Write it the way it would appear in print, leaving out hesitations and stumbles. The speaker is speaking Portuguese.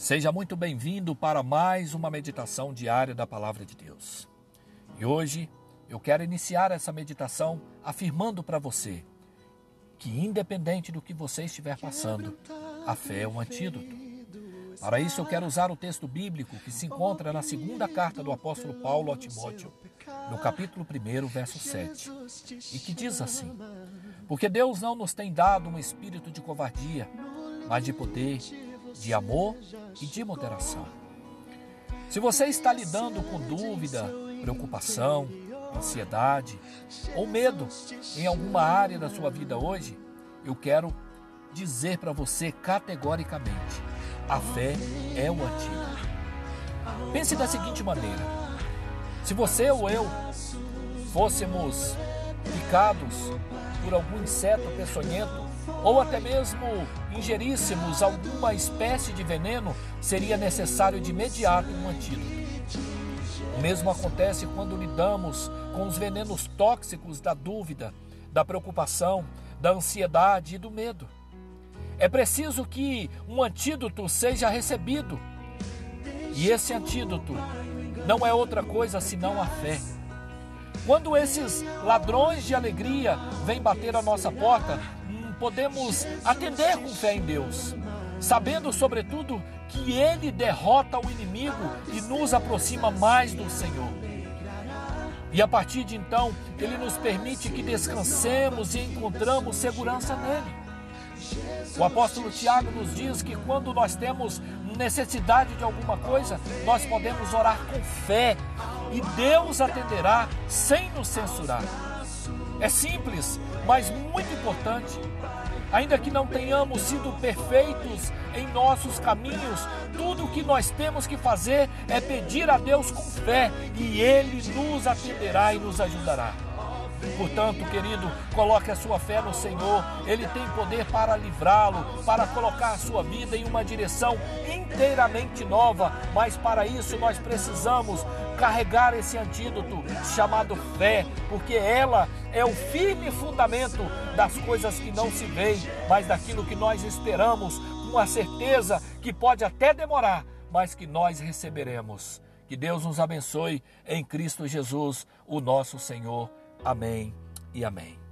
Seja muito bem-vindo para mais uma meditação diária da Palavra de Deus. E hoje eu quero iniciar essa meditação afirmando para você que, independente do que você estiver passando, a fé é um antídoto. Para isso eu quero usar o texto bíblico que se encontra na segunda carta do apóstolo Paulo a Timóteo, no capítulo 1, verso 7, e que diz assim: porque Deus não nos tem dado um espírito de covardia, mas de poder, de amor e de moderação. Se você está lidando com dúvida, preocupação, ansiedade ou medo em alguma área da sua vida hoje, eu quero dizer para você categoricamente: a fé é o antídoto. Pense da seguinte maneira: se você ou eu fôssemos picados por algum inseto peçonhento, ou até mesmo ingeríssemos alguma espécie de veneno, seria necessário de imediato um antídoto. O mesmo acontece quando lidamos com os venenos tóxicos da dúvida, da preocupação, da ansiedade e do medo. É preciso que um antídoto seja recebido. E esse antídoto não é outra coisa senão a fé. Quando esses ladrões de alegria vêm bater a nossa porta, podemos atender com fé em Deus, sabendo sobretudo que Ele derrota o inimigo e nos aproxima mais do Senhor. E a partir de então, Ele nos permite que descansemos e encontramos segurança nele. O apóstolo Tiago nos diz que quando nós temos necessidade de alguma coisa, nós podemos orar com fé e Deus atenderá sem nos censurar. É simples, mas muito importante. Ainda que não tenhamos sido perfeitos em nossos caminhos, tudo o que nós temos que fazer é pedir a Deus com fé e Ele nos atenderá e nos ajudará. Portanto, querido, coloque a sua fé no Senhor. Ele tem poder para livrá-lo, para colocar a sua vida em uma direção inteiramente nova. Mas para isso nós precisamos carregar esse antídoto chamado fé, porque ela é o firme fundamento das coisas que não se veem, mas daquilo que nós esperamos, com a certeza que pode até demorar, mas que nós receberemos. Que Deus nos abençoe em Cristo Jesus, o nosso Senhor. Amém e amém.